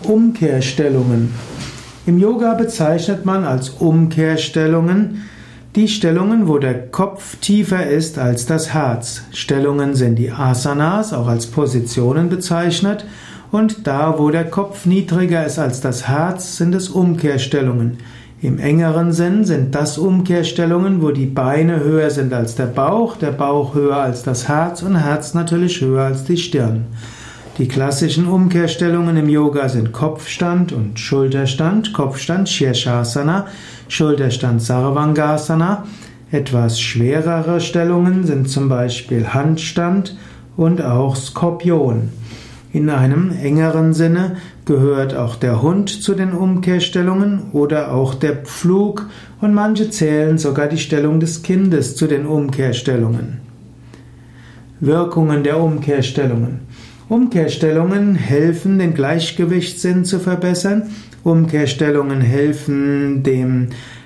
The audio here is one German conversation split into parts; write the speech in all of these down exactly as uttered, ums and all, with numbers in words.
Umkehrstellungen. Im Yoga bezeichnet man als Umkehrstellungen die Stellungen, wo der Kopf tiefer ist als das Herz. Stellungen sind die Asanas, auch als Positionen bezeichnet, und da, wo der Kopf niedriger ist als das Herz, sind es Umkehrstellungen. Im engeren Sinn sind das Umkehrstellungen, wo die Beine höher sind als der Bauch, der Bauch höher als das Herz und Herz natürlich höher als die Stirn. Die klassischen Umkehrstellungen im Yoga sind Kopfstand und Schulterstand, Kopfstand Shirshasana, Schulterstand Sarvangasana. Etwas schwerere Stellungen sind zum Beispiel Handstand und auch Skorpion. In einem engeren Sinne gehört auch der Hund zu den Umkehrstellungen oder auch der Pflug, und manche zählen sogar die Stellung des Kindes zu den Umkehrstellungen. Wirkungen der Umkehrstellungen. Umkehrstellungen helfen, den Gleichgewichtssinn zu verbessern. Umkehrstellungen helfen dem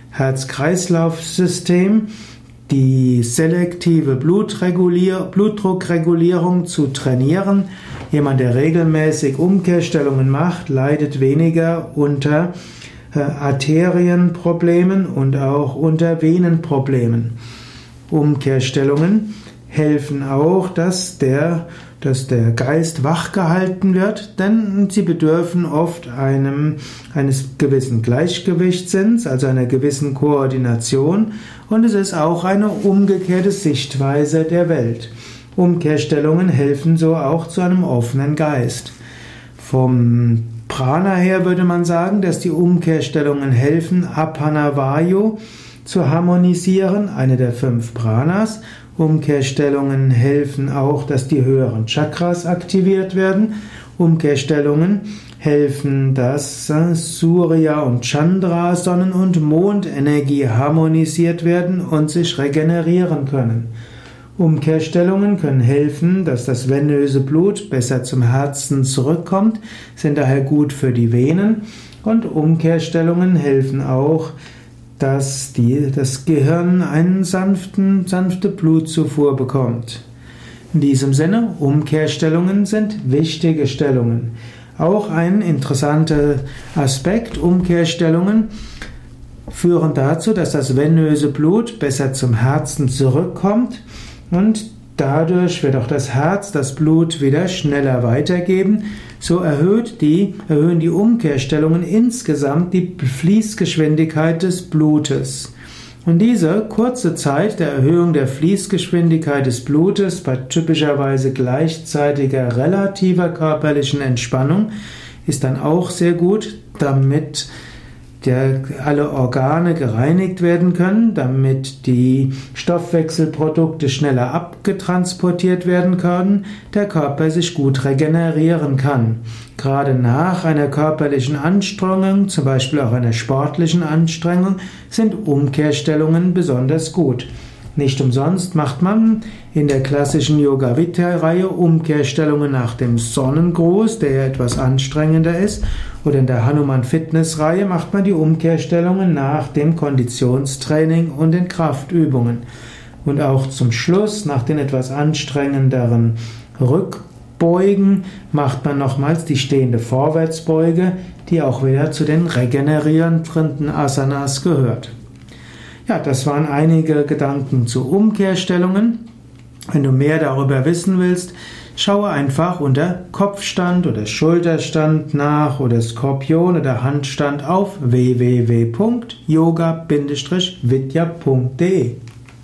Herz-Kreislauf-System, die selektive Blutregulier- Blutdruckregulierung zu trainieren. Jemand, der regelmäßig Umkehrstellungen macht, leidet weniger unter äh, Arterienproblemen und auch unter Venenproblemen. Umkehrstellungen helfen auch, dass der, dass der Geist wachgehalten wird, denn sie bedürfen oft einem, eines gewissen Gleichgewichtssinns, also einer gewissen Koordination, und es ist auch eine umgekehrte Sichtweise der Welt. Umkehrstellungen helfen so auch zu einem offenen Geist. Vom Prana her würde man sagen, dass die Umkehrstellungen helfen, Apana Vayu zu harmonisieren, eine der fünf Pranas. Umkehrstellungen helfen auch, dass die höheren Chakras aktiviert werden. Umkehrstellungen helfen, dass Surya und Chandra, Sonnen- und Mondenergie harmonisiert werden und sich regenerieren können. Umkehrstellungen können helfen, dass das venöse Blut besser zum Herzen zurückkommt, sind daher gut für die Venen, und Umkehrstellungen helfen auch, dass die, das Gehirn eine sanfte Blutzufuhr bekommt. In diesem Sinne, Umkehrstellungen sind wichtige Stellungen. Auch ein interessanter Aspekt: Umkehrstellungen führen dazu, dass das venöse Blut besser zum Herzen zurückkommt, und dadurch wird auch das Herz das Blut wieder schneller weitergeben. So erhöht die, erhöhen die Umkehrstellungen insgesamt die Fließgeschwindigkeit des Blutes. Und diese kurze Zeit der Erhöhung der Fließgeschwindigkeit des Blutes bei typischerweise gleichzeitiger relativer körperlichen Entspannung ist dann auch sehr gut, damit der, alle Organe gereinigt werden können, damit die Stoffwechselprodukte schneller abgetransportiert werden können, der Körper sich gut regenerieren kann. Gerade nach einer körperlichen Anstrengung, zum Beispiel auch einer sportlichen Anstrengung, sind Umkehrstellungen besonders gut. Nicht umsonst macht man in der klassischen Yoga-Vidya-Reihe Umkehrstellungen nach dem Sonnengruß, der ja etwas anstrengender ist, oder in der Hanuman-Fitness-Reihe macht man die Umkehrstellungen nach dem Konditionstraining und den Kraftübungen. Und auch zum Schluss, nach den etwas anstrengenderen Rückbeugen, macht man nochmals die stehende Vorwärtsbeuge, die auch wieder zu den regenerierenden Asanas gehört. Ja, das waren einige Gedanken zu Umkehrstellungen. Wenn du mehr darüber wissen willst, schaue einfach unter Kopfstand oder Schulterstand nach oder Skorpion oder Handstand auf w w w punkt yoga Bindestrich vidya punkt de.